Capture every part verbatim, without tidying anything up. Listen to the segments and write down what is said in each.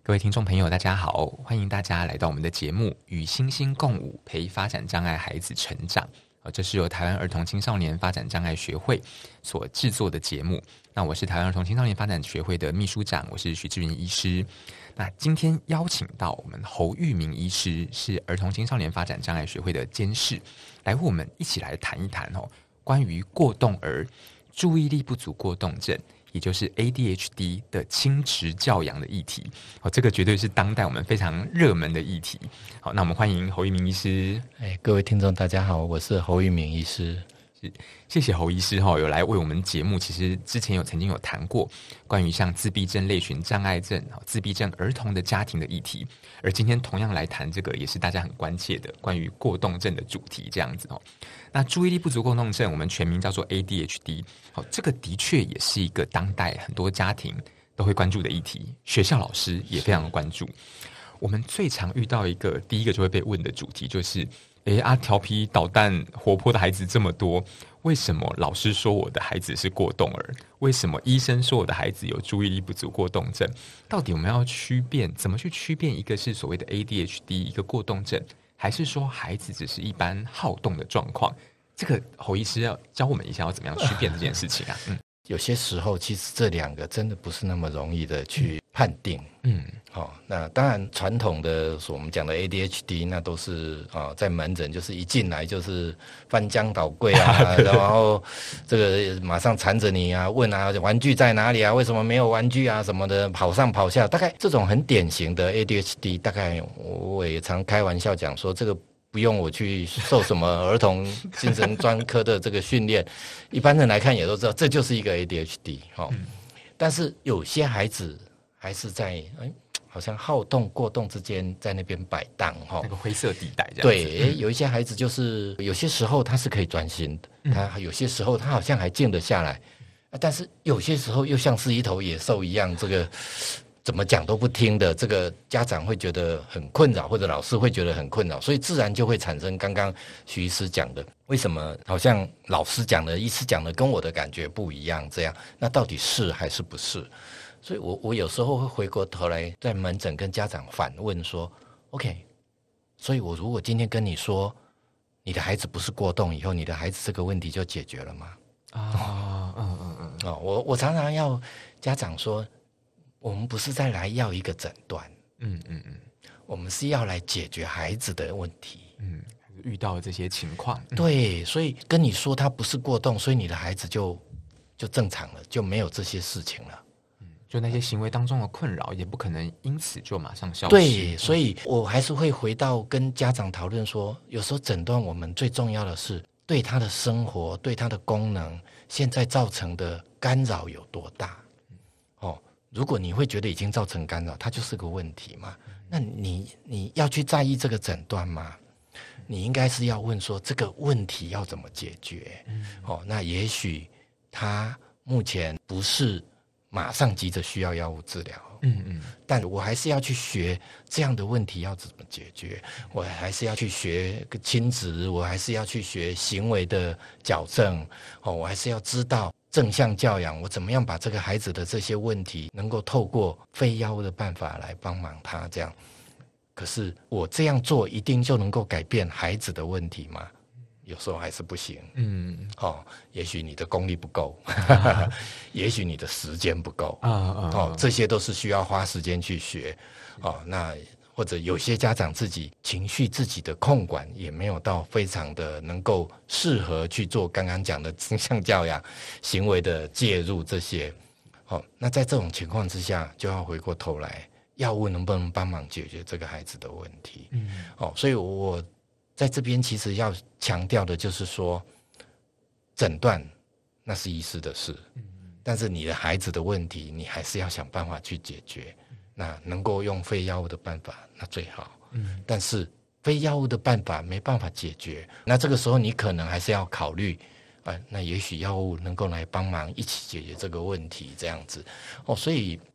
各位听众朋友大家好，欢迎大家来到我们的节目与星星共舞，陪发展障碍孩子成长。这是由台湾儿童青少年发展障碍学会所制作的节目。那我是台湾儿童青少年发展学会的秘书长，我是许志云医师。那今天邀请到我们侯玉明医师，是儿童青少年发展障碍学会的监事，来和我们一起来谈一谈哦，关于过动儿注意力不足过动症，也就是 A D H D 的亲职教养的议题。好，这个绝对是当代我们非常热门的议题。好，那我们欢迎侯玉明医师。 哎，各位听众大家好，我是侯玉明医师。 是，谢谢侯医师哈，有来为我们节目。其实之前有曾经有谈过关于像自闭症类群障碍症、自闭症儿童的家庭的议题，而今天同样来谈这个也是大家很关切的关于过动症的主题，这样子哦。那注意力不足过动症，我们全名叫做 A D H D。好，这个的确也是一个当代很多家庭都会关注的议题，学校老师也非常的关注。我们最常遇到一个第一个就会被问的主题就是。诶啊，调皮捣蛋活泼的孩子这么多，为什么老师说我的孩子是过动儿？为什么医生说我的孩子有注意力不足过动症？到底我们要区辨，怎么去区辨一个是所谓的 A D H D 一个过动症，还是说孩子只是一般好动的状况？这个侯医师要教我们一下要怎么样区辨这件事情啊？嗯， 有些时候其实这两个真的不是那么容易的去判定。嗯，好、哦，那当然传统的我们讲的 A D H D 那都是啊、哦，在门诊就是一进来就是翻江倒柜啊，然后这个马上缠着你啊，问啊玩具在哪里啊，为什么没有玩具啊什么的，跑上跑下，大概这种很典型的 A D H D， 大概我也常开玩笑讲说这个。不用我去受什么儿童精神专科的这个训练，一般人来看也都知道，这就是一个 A D H D、哦嗯、但是有些孩子还是在、哎、好像好动过动之间在那边摆荡、哦、 那个灰色地带这样子。 对、嗯，有一些孩子就是有些时候他是可以专心的、嗯、他有些时候他好像还静得下来，但是有些时候又像是一头野兽一样，这个怎么讲都不听的，这个家长会觉得很困扰，或者老师会觉得很困扰，所以自然就会产生刚刚徐医师讲的，为什么好像老师讲的、医师讲的跟我的感觉不一样？这样，那到底是还是不是？所以我我有时候会回过头来在门诊跟家长反问说 ：“OK， 所以我如果今天跟你说你的孩子不是过动，以后你的孩子这个问题就解决了吗？”啊，嗯嗯嗯，哦，我我常常要家长说。我们不是再来要一个诊断，嗯嗯嗯，我们是要来解决孩子的问题， 嗯，遇到的这些情况， 嗯、对，所以跟你说他不是过动，所以你的孩子就就正常了，就没有这些事情了， 嗯，就那些行为当中的困扰也不可能因此就马上消失。 对，所以我还是会回到跟家长讨论说，有时候诊断我们最重要的是对他的生活、对他的功能现在造成的干扰有多大。如果你会觉得已经造成干扰，它就是个问题嘛？那你你要去在意这个诊断吗？你应该是要问说这个问题要怎么解决？嗯、哦，那也许他目前不是马上急着需要药物治疗，嗯嗯，但我还是要去学这样的问题要怎么解决，我还是要去学亲子，我还是要去学行为的矫正，哦，我还是要知道。正向教养，我怎么样把这个孩子的这些问题能够透过非药物的办法来帮忙他这样。可是我这样做一定就能够改变孩子的问题吗？有时候还是不行。嗯，哦，也许你的功力不够，啊、也许你的时间不够啊啊哦，这些都是需要花时间去学。哦，那。或者有些家长自己情绪自己的控管也没有到非常的能够适合去做刚刚讲的正向教养行为的介入这些，哦，那在这种情况之下就要回过头来药物能不能帮忙解决这个孩子的问题。嗯，哦，所以我在这边其实要强调的就是说诊断那是医师的事，嗯，但是你的孩子的问题你还是要想办法去解决，那能够用非药物的办法那最好，嗯，但是非药物的办法没办法解决，那这个时候你可能还是要考虑、呃、那也许药物能够来帮忙一起解决这个问题这样子哦。所以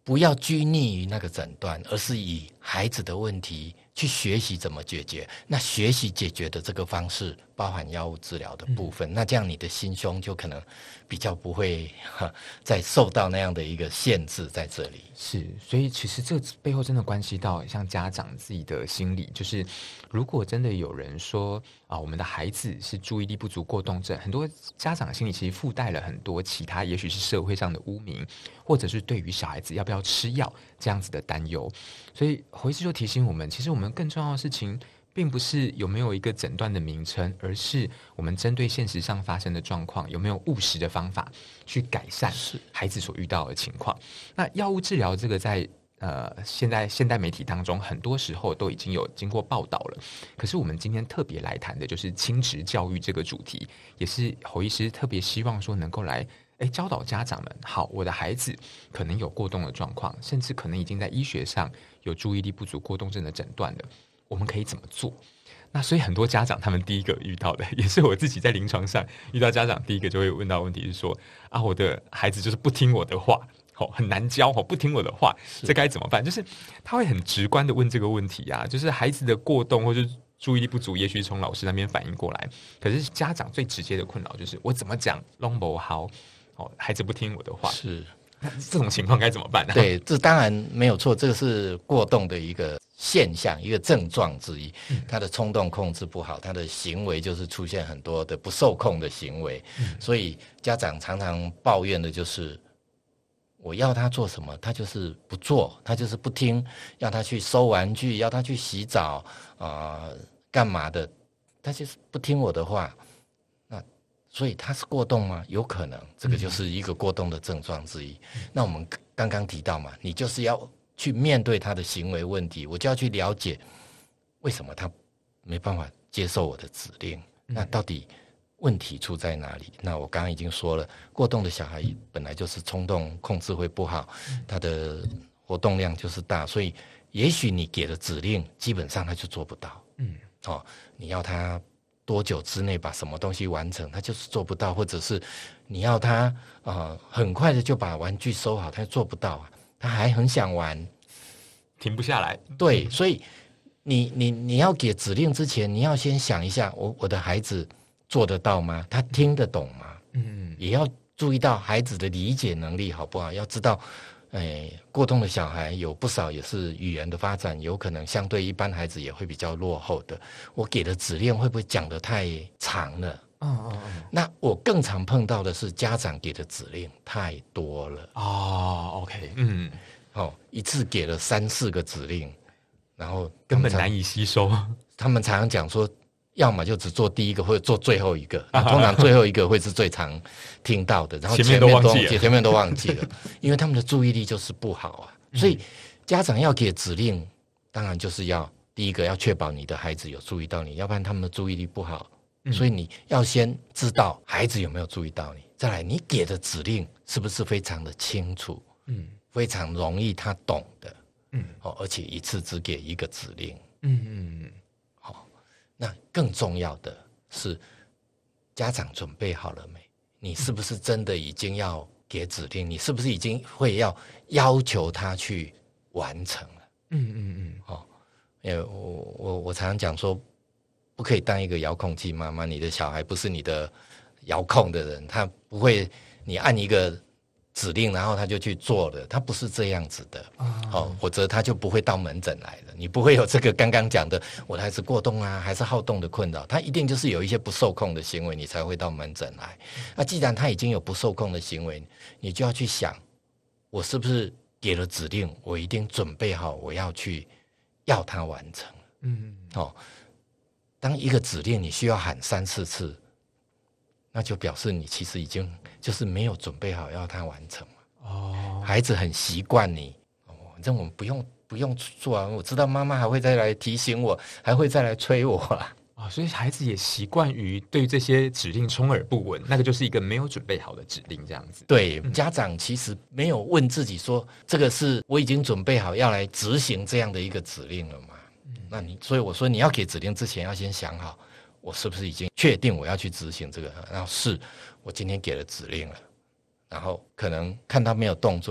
不要拘泥于那个诊断，而是以孩子的问题去学习怎么解决。那学习解决的这个方式包含药物治疗的部分、嗯、那这样你的心胸就可能比较不会再受到那样的一个限制在这里。 是，所以其实这背后真的关系到像家长自己的心理，就是如果真的有人说啊，我们的孩子是注意力不足过动症，很多家长心里其实附带了很多其他也许是社会上的污名，或者是对于小孩子要不要吃药这样子的担忧。所以侯医师就提醒我们，其实我们更重要的事情并不是有没有一个诊断的名称，而是我们针对现实上发生的状况有没有务实的方法去改善孩子所遇到的情况。那药物治疗这个在呃现在现代媒体当中很多时候都已经有经过报道了，可是我们今天特别来谈的就是亲职教育这个主题，也是侯医师特别希望说能够来诶教导家长们，好，我的孩子可能有过动的状况，甚至可能已经在医学上有注意力不足过动症的诊断了，我们可以怎么做？那所以很多家长他们第一个遇到的，也是我自己在临床上遇到家长第一个就会问到的问题是说，啊，我的孩子就是不听我的话，哦，很难教，哦，不听我的话，这该怎么办？就是他会很直观的问这个问题啊，就是孩子的过动或者注意力不足，也许从老师那边反应过来，可是家长最直接的困扰就是我怎么讲弄不好，哦，孩子不听我的话， 是这种情况该怎么办呢？ 对，这当然没有错，这个是过动的一个现象，一个症状之一。他的冲动控制不好，他的行为就是出现很多的不受控的行为，嗯、所以家长常常抱怨的就是我要他做什么他就是不做，他就是不听，要他去收玩具，要他去洗澡啊、呃、干嘛的，他就是不听我的话。所以他是过动吗？有可能，这个就是一个过动的症状之一。嗯、那我们刚刚提到嘛，你就是要去面对他的行为问题，我就要去了解为什么他没办法接受我的指令，嗯、那到底问题出在哪里？那我刚刚已经说了，过动的小孩本来就是冲动控制会不好，他的活动量就是大，所以也许你给的指令基本上他就做不到。嗯，哦，你要他多久之内把什么东西完成，他就是做不到，或者是你要他呃很快的就把玩具收好，他做不到啊，他还很想玩， 停不下来。 对，所以你你你要给指令之前，你要先想一下，我我的孩子做得到吗？他听得懂吗？嗯，也要注意到孩子的理解能力好不好，要知道。哎，过动的小孩有不少也是语言的发展有可能相对一般孩子也会比较落后的。我给的指令会不会讲得太长了？嗯嗯嗯。那我更常碰到的是家长给的指令太多了。 哦 ，OK， 嗯， 哦，一次给了三四个指令，然后根本难以吸收。 他们常常讲说，要么就只做第一个，或者做最后一个。那通常最后一个会是最常听到的，然后前面都忘记了，前面都忘记了，因为他们的注意力就是不好啊。所以家长要给指令，当然就是要第一个要确保你的孩子有注意到你，要不然他们的注意力不好。所以你要先知道孩子有没有注意到你，再来你给的指令是不是非常的清楚，嗯，非常容易他懂的，嗯，哦，而且一次只给一个指令，嗯嗯嗯。那更重要的是，家长准备好了没？你是不是真的已经要给指令？你是不是已经会要要求他去完成了？嗯嗯嗯。哦，因为我我我常常讲说，不可以当一个遥控器妈妈，你的小孩不是你的遥控的人，他不会你按一个指令，然后他就去做了，他不是这样子的，哦，否则他就不会到门诊来了。你不会有这个刚刚讲的，我的孩子过动啊，还是好动的困扰，他一定就是有一些不受控的行为，你才会到门诊来。那既然他已经有不受控的行为，你就要去想，我是不是给了指令，我一定准备好我要去要他完成。嗯，哦，当一个指令你需要喊三四次，那就表示你其实已经就是没有准备好要他完成嘛。哦，孩子很习惯你，哦，反正我们不用不用做啊，我知道妈妈还会再来提醒我，还会再来催我啊。 哦，所以孩子也习惯于对这些指令充耳不闻，那个就是一个没有准备好的指令，这样子。 对，嗯、家长其实没有问自己说，这个是我已经准备好要来执行这样的一个指令了嘛？嗯、那你所以我说你要给指令之前要先想好。我是不是已经确定我要去执行这个？然后是我今天给了指令了，然后可能看他没有动作，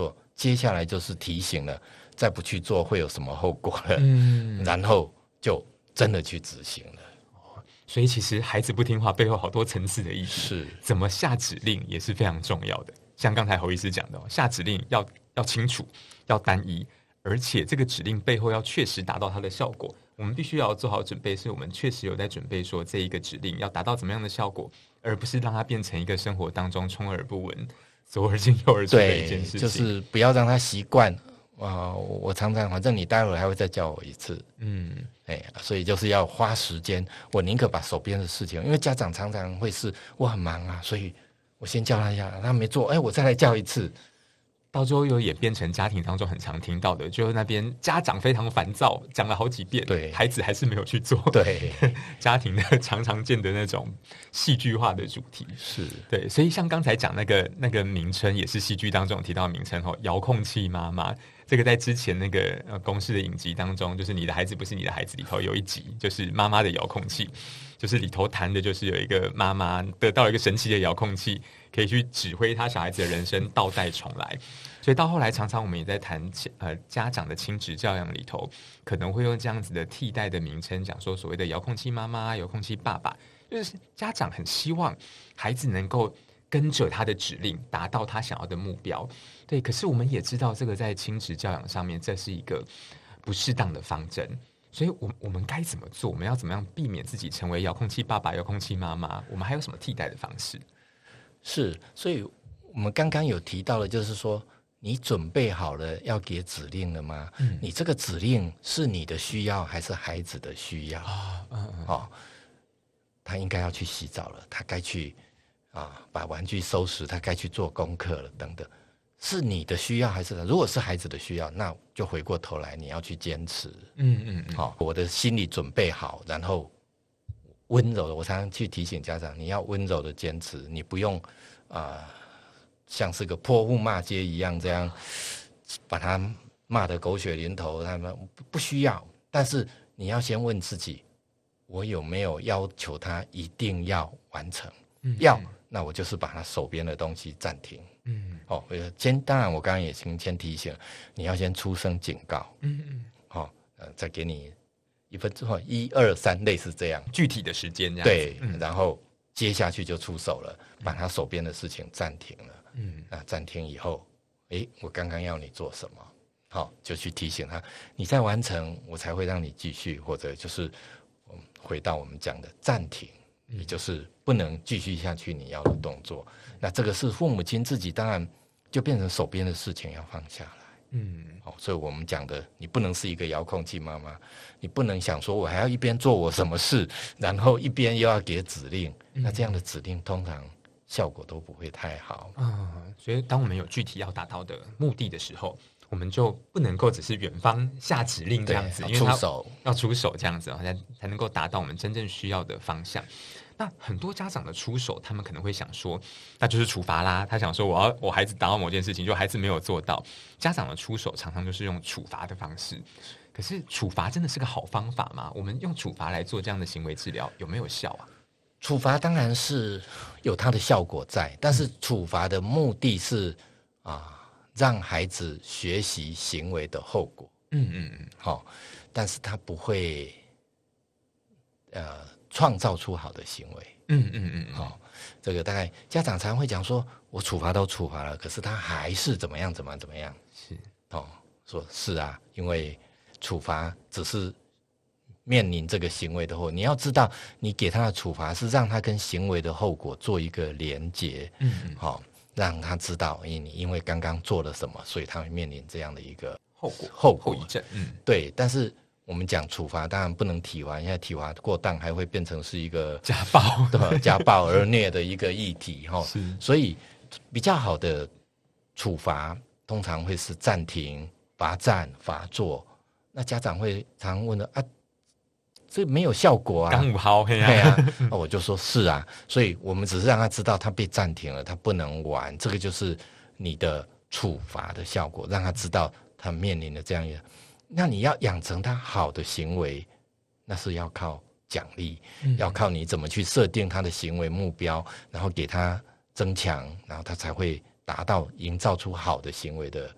接下来就是提醒了，再不去做会有什么后果了， 嗯， 然后就真的去执行了。 所以其实孩子不听话背后好多层次的意思， 是怎么下指令也是非常重要的。像刚才侯医师讲的，下指令要要清楚，要单一，而且这个指令背后要确实达到它的效果。我们必须要做好准备，是我们确实有在准备说这一个指令要达到怎么样的效果，而不是让它变成一个生活当中充耳不闻、左耳进右耳出的一件事情。 就是不要让他习惯啊！我常常反正你待会儿还会再叫我一次， 嗯， 哎，所以就是要花时间。我宁可把手边的事情，因为家长常常会是我很忙啊，所以我先叫他一下，他没做，哎，我再来叫一次。 到最后又演变成家庭当中很常听到的，就是那边家长非常烦躁，讲了好几遍， 对， 孩子还是没有去做， 对， 家庭的常常见的那种戏剧化的主题， 是对，所以像刚才讲那个那个名称，也是戏剧当中提到的名称哦，遥控器妈妈。这个在之前那个呃公视的影集当中，就是你的孩子不是你的孩子里头有一集，就是妈妈的遥控器，就是里头谈的就是有一个妈妈得到了一个神奇的遥控器，可以去指挥他小孩子的人生倒带重来。所以到后来，常常我们也在谈呃家长的亲职教养里头，可能会用这样子的替代的名称，讲说所谓的遥控器妈妈、遥控器爸爸，就是家长很希望孩子能够跟着他的指令达到他想要的目标。对，可是我们也知道，这个在亲职教养上面，这是一个不适当的方针。所以我，我们该怎么做？我们要怎么样避免自己成为遥控器爸爸、遥控器妈妈？我们还有什么替代的方式？ 是，所以我们刚刚有提到的，就是说，你准备好了要给指令了吗？嗯、你这个指令是你的需要还是孩子的需要？啊、哦，嗯嗯，哦，他应该要去洗澡了，他该去啊把玩具收拾，他该去做功课了，等等。是你的需要还是？如果是孩子的需要，那就回过头来你要去坚持。嗯嗯嗯，好、哦，我的心理准备好，然后温柔的。我常常去提醒家长，你要温柔的坚持，你不用啊、呃，像是个泼妇骂街一样这样把他骂得狗血淋头。他们不需要，但是你要先问自己，我有没有要求他一定要完成？嗯、要，那我就是把他手边的东西暂停。嗯，哦，先当然，我刚刚也先先提醒，你要先出声警告，嗯嗯，好、哦，呃，再给你一分之后，一二三，类似这样具体的时间这样子， 对、嗯，然后接下去就出手了，把他手边的事情暂停了，嗯，那暂停以后，诶，我刚刚要你做什么？好、哦，就去提醒他，你再完成，我才会让你继续，或者就是回到我们讲的暂停。也就是不能继续下去你要的动作，那这个是父母亲自己当然就变成手边的事情要放下来。嗯，好，所以我们讲的，你不能是一个遥控器妈妈，你不能想说我还要一边做我什么事，然后一边又要给指令，那这样的指令通常效果都不会太好。 嗯，所以当我们有具体要达到的目的的时候，我们就不能够只是远方下指令这样子，因为他出手要出手这样子，才才能够达到我们真正需要的方向。那很多家长的出手，他们可能会想说，那就是处罚啦。他想说，我要我孩子达到某件事情，就孩子没有做到，家长的出手常常就是用处罚的方式。可是处罚真的是个好方法吗？我们用处罚来做这样的行为治疗，有没有效啊？ 处罚当然是有它的效果在，但是处罚的目的是啊，让孩子学习行为的后果。嗯嗯嗯，好、哦，但是他不会呃。创造出好的行为，嗯嗯嗯，好、哦，这个大概家长常会讲说，我处罚都处罚了，可是他还是怎么样怎么样怎么样，是哦，说是啊，因为处罚只是面临这个行为的后果，你要知道，你给他的处罚是让他跟行为的后果做一个连结，嗯嗯，好、哦，让他知道，因你因为刚刚做了什么，所以他会面临这样的一个后果后果后遗症，嗯， 对，但是。我们讲处罚，当然不能体罚，因为体罚过当还会变成是一个家暴， 对吧？家暴而虐的一个议题哈。是，所以比较好的处罚通常会是暂停、罚站、罚坐。那家长会常问的啊，这没有效果啊， 刚五号嘿啊，那我就说是啊，所以我们只是让他知道他被暂停了，他不能玩，这个就是你的处罚的效果，让他知道他面临的这样一个。那你要养成他好的行为，那是要靠奖励，嗯、要靠你怎么去设定他的行为目标，然后给他增强，然后他才会达到营造出好的行为的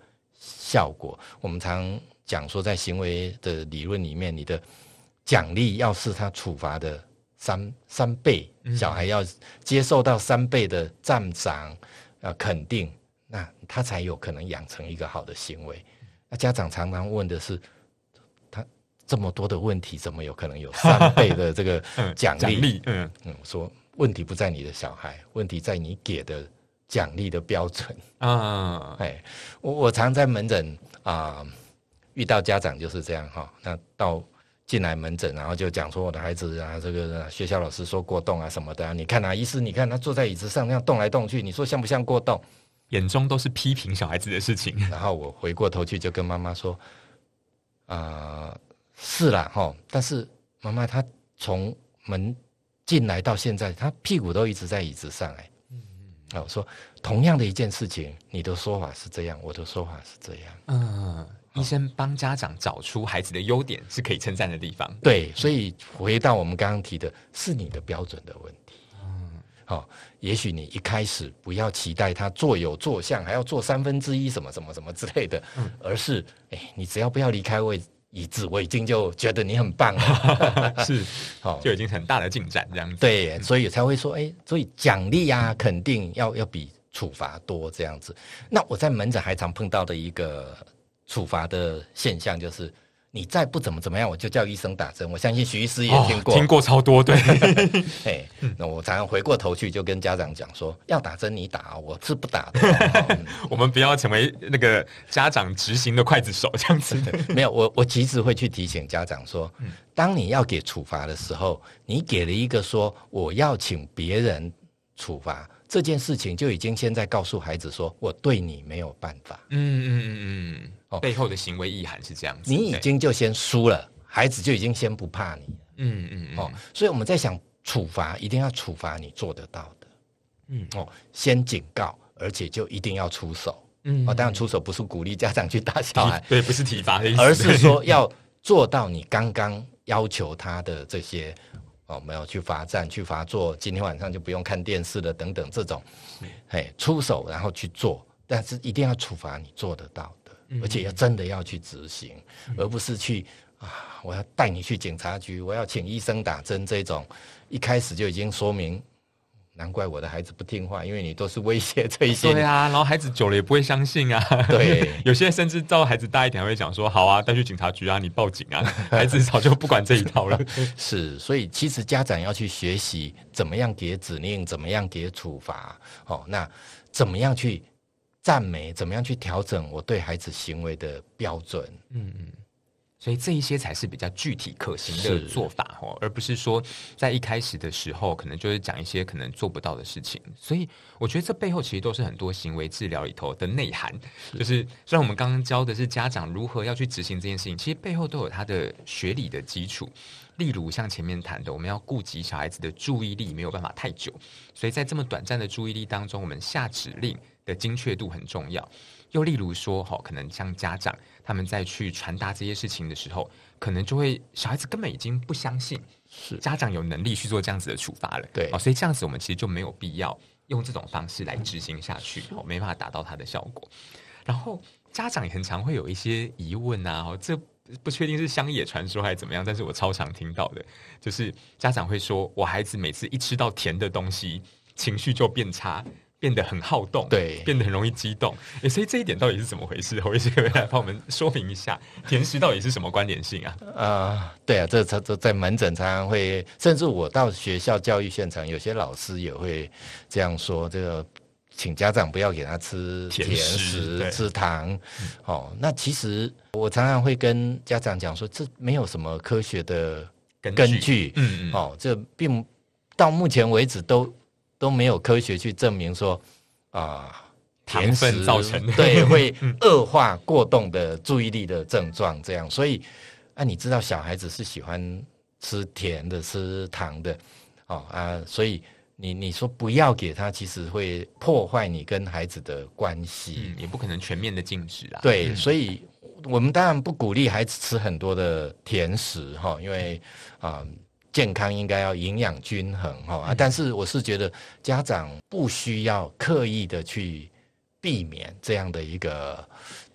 效果。我们常讲说，在行为的理论里面，你的奖励要是他处罚的三三倍，小孩要接受到三倍的赞赏、呃肯定，那他才有可能养成一个好的行为。那家长常常问的是，他这么多的问题，怎么有可能有三倍的这个奖励？奖励，嗯嗯，说问题不在你的小孩，问题在你给的奖励的标准啊。哎，我我常在门诊啊、呃、遇到家长就是这样哈，那到进来门诊，然后就讲说我的孩子啊，这个学校老师说过动啊什么的、啊，你看啊，医师你看他坐在椅子上那样动来动去，你说像不像过动？ 眼中都是批评小孩子的事情。 然后我回过头去就跟妈妈说，啊、呃，是啦齁，但是妈妈她从门进来到现在，她屁股都一直在椅子上哎、欸。嗯嗯，我说同样的一件事情，你的说法是这样，我的说法是这样。嗯， 医生帮家长找出孩子的优点是可以称赞的地方。 对，所以回到我们刚刚提的，是你的标准的问题。嗯，好、哦，也许你一开始不要期待他坐有坐相，还要做三分之一什么什么什么之类的，嗯、而是哎，你只要不要离开位椅子，我已经就觉得你很棒了。 是，哦，就已经很大的进展这样子。 对，所以才会说，哎，所以奖励啊，肯定要要比处罚多这样子。那我在门诊还常碰到的一个处罚的现象就是，你再不怎么怎么样，我就叫医生打针。我相信徐医师也听过， 哦、听过超多，对。 哎，那我常常回过头去就跟家长讲说，要打针你打，我是不打的。哦、 我们不要成为那个家长执行的刽子手这样子。 没有，我我其实会去提醒家长说，当你要给处罚的时候，你给了一个说我要请别人处罚。这件事情就已经现在告诉孩子说，我对你没有办法。 嗯嗯嗯嗯，哦，背后的行为意涵是这样子， 你已经就先输了，孩子就已经先不怕你了。 嗯嗯嗯， 哦，所以我们在想处罚，一定要处罚你做得到的。嗯，哦，先警告，而且就一定要出手。嗯，哦，当然出手不是鼓励家长去打小孩， 对，不是体罚的意思， 而是说要做到你刚刚要求他的这些。哦，没有去罚站、去罚坐，今天晚上就不用看电视了，等等这种，嘿，出手然后去做，但是一定要处罚你做得到的，嗯、而且要真的要去执行，嗯、而不是去啊，我要带你去警察局，我要请医生打针这种，一开始就已经说明。难怪我的孩子不听话，因为你都是威胁这一些。 对啊，然后孩子久了也不会相信啊。 对， 有些甚至到孩子大一点还会讲说：“好啊，带去警察局啊，你报警啊。”孩子早就不管这一套了。 是，所以其实家长要去学习怎么样给指令，怎么样给处罚。哦，那怎么样去赞美，怎么样去调整我对孩子行为的标准？嗯嗯。 所以这一些才是比较具体可行的做法，而不是说在一开始的时候可能就是讲一些可能做不到的事情。所以我觉得这背后其实都是很多行为治疗里头的内涵，就是虽然我们刚刚教的是家长如何要去执行这件事情，其实背后都有它的学理的基础。例如像前面谈的，我们要顾及小孩子的注意力没有办法太久，所以在这么短暂的注意力当中，我们下指令的精确度很重要。又例如说，可能像家长他们在去传达这些事情的时候，可能就会小孩子根本已经不相信是家长有能力去做这样子的处罚了。 对， 所以这样子我们其实就没有必要用这种方式来执行下去，没办法达到它的效果。然后家长也很常会有一些疑问啊，这不确定是乡野传说还是怎么样，但是我超常听到的，就是家长会说，我孩子每次一吃到甜的东西，情绪就变差。变得很好动， 对， 变得很容易激动。所以这一点到底是怎么回事？侯医师可不可以来帮我们说明一下，甜食到底是什么关联性啊？ 呃，对啊，这这在门诊常常会，甚至我到学校教育现场，有些老师也会这样说，这个请家长不要给他吃甜食、吃糖。嗯、哦，那其实我常常会跟家长讲说，这没有什么科学的根据。根据嗯嗯哦，这并到目前为止都。都没有科学去证明说啊、呃， 甜食造成的对会恶化过动的注意力的症状，这样。所以啊，你知道小孩子是喜欢吃甜的、吃糖的，哦啊，所以你你说不要给他，其实会破坏你跟孩子的关系， 嗯、也不可能全面的禁止啊。 对，嗯、所以我们当然不鼓励孩子吃很多的甜食哈，因为啊。呃健康应该要营养均衡哈、嗯，但是我是觉得家长不需要刻意的去避免这样的一个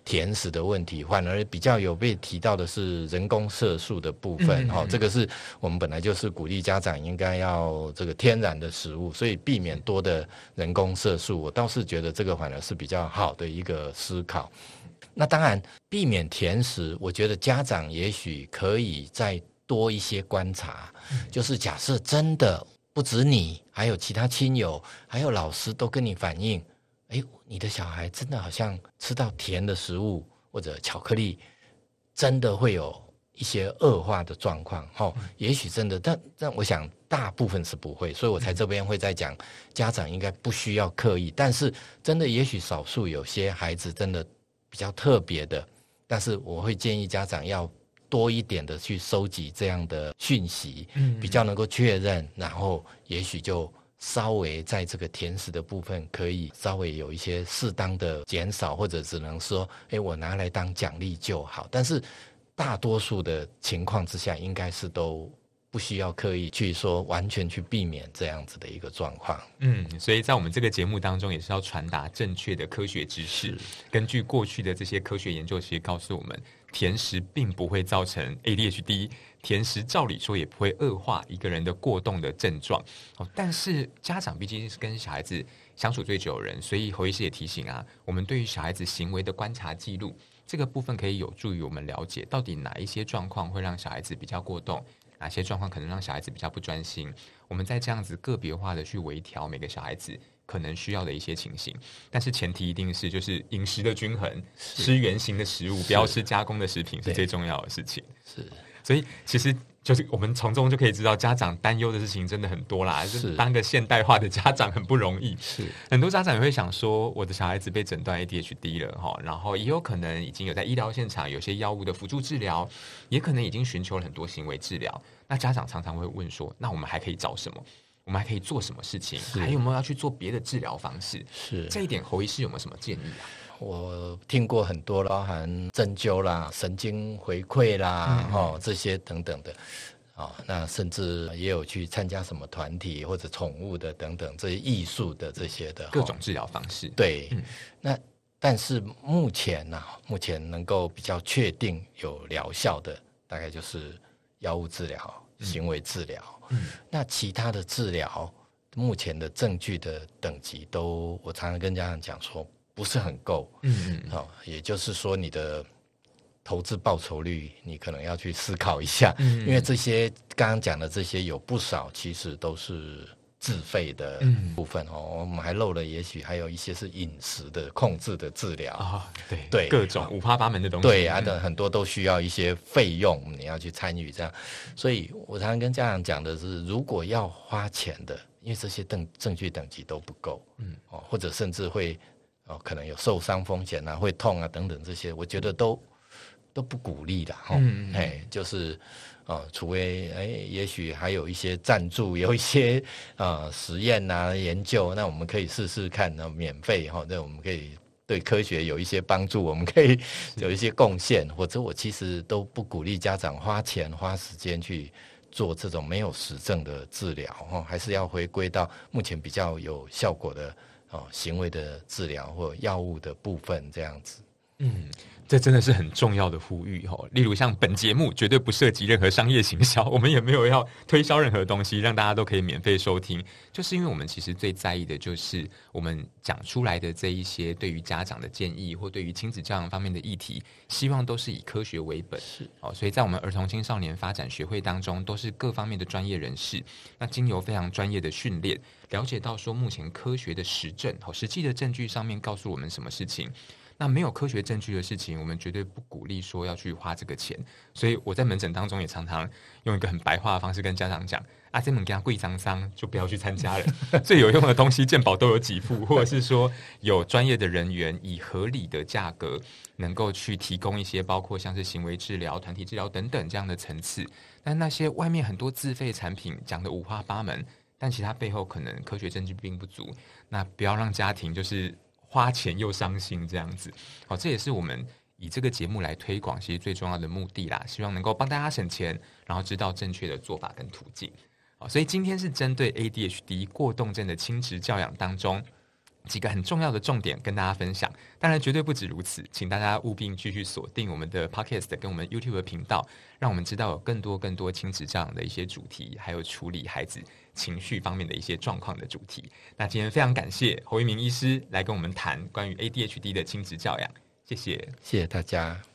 甜食的问题，反而比较有被提到的是人工色素的部分。嗯嗯嗯、这个是我们本来就是鼓励家长应该要这个天然的食物，所以避免多的人工色素。我倒是觉得这个反而是比较好的一个思考。那当然，避免甜食，我觉得家长也许可以再多一些观察，嗯、就是假设真的不止你，还有其他亲友，还有老师都跟你反映。哎，你的小孩真的好像吃到甜的食物或者巧克力，真的会有一些恶化的状况。哦，也许真的，但但我想大部分是不会，所以我才这边会在讲，家长应该不需要刻意。但是真的，也许少数有些孩子真的比较特别的，但是我会建议家长要多一点的去收集这样的讯息，嗯，比较能够确认，然后也许就。稍微在这个甜食的部分可以稍微有一些适当的减少，或者只能说诶我拿来当奖励就好，但是大多数的情况之下应该是都不需要刻意去说完全去避免这样子的一个状况。 嗯，所以在我们这个节目当中也是要传达正确的科学知识，根据过去的这些科学研究其实告诉我们，甜食并不会造成 A D H D， 甜食照理说也不会恶化一个人的过动的症状。哦，但是家长毕竟是跟小孩子相处最久的人，所以侯医师也提醒啊，我们对于小孩子行为的观察记录这个部分可以有助于我们了解到底哪一些状况会让小孩子比较过动，哪些状况可能让小孩子比较不专心，我们再这样子个别化的去微调每个小孩子可能需要的一些情形，但是前提一定是就是饮食的均衡，吃原形的食物，不要吃加工的食品是最重要的事情。 是， 所以其实就是我们从中就可以知道，家长担忧的事情真的很多啦。是当个现代化的家长很不容易。 是， 很多家长也会想说，我的小孩子被诊断 A D H D 了哈，然后也有可能已经有在医疗现场有些药物的辅助治疗，也可能已经寻求了很多行为治疗。那家长常常会问说，那我们还可以找什么？我们还可以做什么事情？还有没有要去做别的治疗方式？ 是这一点，侯医师有没有什么建议啊？ 我听过很多，包含针灸啦、神经回馈啦，嗯哦、这些等等的，哦，那甚至也有去参加什么团体或者宠物的等等这些艺术的这些的各种治疗方式。 对，嗯、那但是目前呢、啊，目前能够比较确定有疗效的，大概就是药物治疗、行为治疗。嗯，那其他的治疗，目前的证据的等级都，我常常跟家长讲说，不是很够。嗯嗯，哦，也就是说，你的投资报酬率，你可能要去思考一下，嗯、因为这些刚刚讲的这些有不少，其实都是自费的部分哦。嗯、我们还漏了，也许还有一些是饮食的控制的治疗啊、 哦，对对，各种五花八门的东西， 对啊，的很多都需要一些费用，你要去参与这样。所以我常常跟家长讲的是，如果要花钱的，因为这些证证据等级都不够，嗯哦，或者甚至会哦可能有受伤风险啊，会痛啊等等这些，我觉得都都不鼓励的哈。嗯哎，就是。呃，除非哎，也许还有一些赞助，有一些呃实验啊研究，那我们可以试试看呢，免费哈，那我们可以对科学有一些帮助，我们可以有一些贡献。或者我其实都不鼓励家长花钱花时间去做这种没有实证的治疗哈，还是要回归到目前比较有效果的哦行为的治疗或药物的部分这样子。 嗯。这真的是很重要的呼吁哦。例如像本节目绝对不涉及任何商业行销，我们也没有要推销任何东西，让大家都可以免费收听。就是因为我们其实最在意的就是我们讲出来的这一些对于家长的建议，或对于亲子教养方面的议题，希望都是以科学为本。是哦，所以在我们儿童青少年发展学会当中，都是各方面的专业人士，那经由非常专业的训练，了解到说目前科学的实证，实际的证据上面告诉我们什么事情。那没有科学证据的事情，我们绝对不鼓励说要去花这个钱。所以我在门诊当中也常常用一个很白话的方式跟家长讲：啊，这门给他贵脏脏，就不要去参加了。最有用的东西，健保都有给付，或者是说有专业的人员以合理的价格，能够去提供一些包括像是行为治疗、团体治疗等等这样的层次。但那些外面很多自费产品讲的五花八门，但其他背后可能科学证据并不足。那不要让家庭就是花钱又伤心这样子，好，这也是我们以这个节目来推广，其实最重要的目的啦，希望能够帮大家省钱，然后知道正确的做法跟途径。好，所以今天是针对 A D H D 过动症的亲职教养当中， 几个很重要的重点跟大家分享，当然绝对不止如此，请大家务必继续锁定我们的 Podcast 跟我们 YouTube 的频道，让我们知道有更多更多亲子教养的一些主题，还有处理孩子情绪方面的一些状况的主题。那今天非常感谢侯一鸣医师来跟我们谈关于 A D H D 的亲子教养，谢谢， 谢谢大家。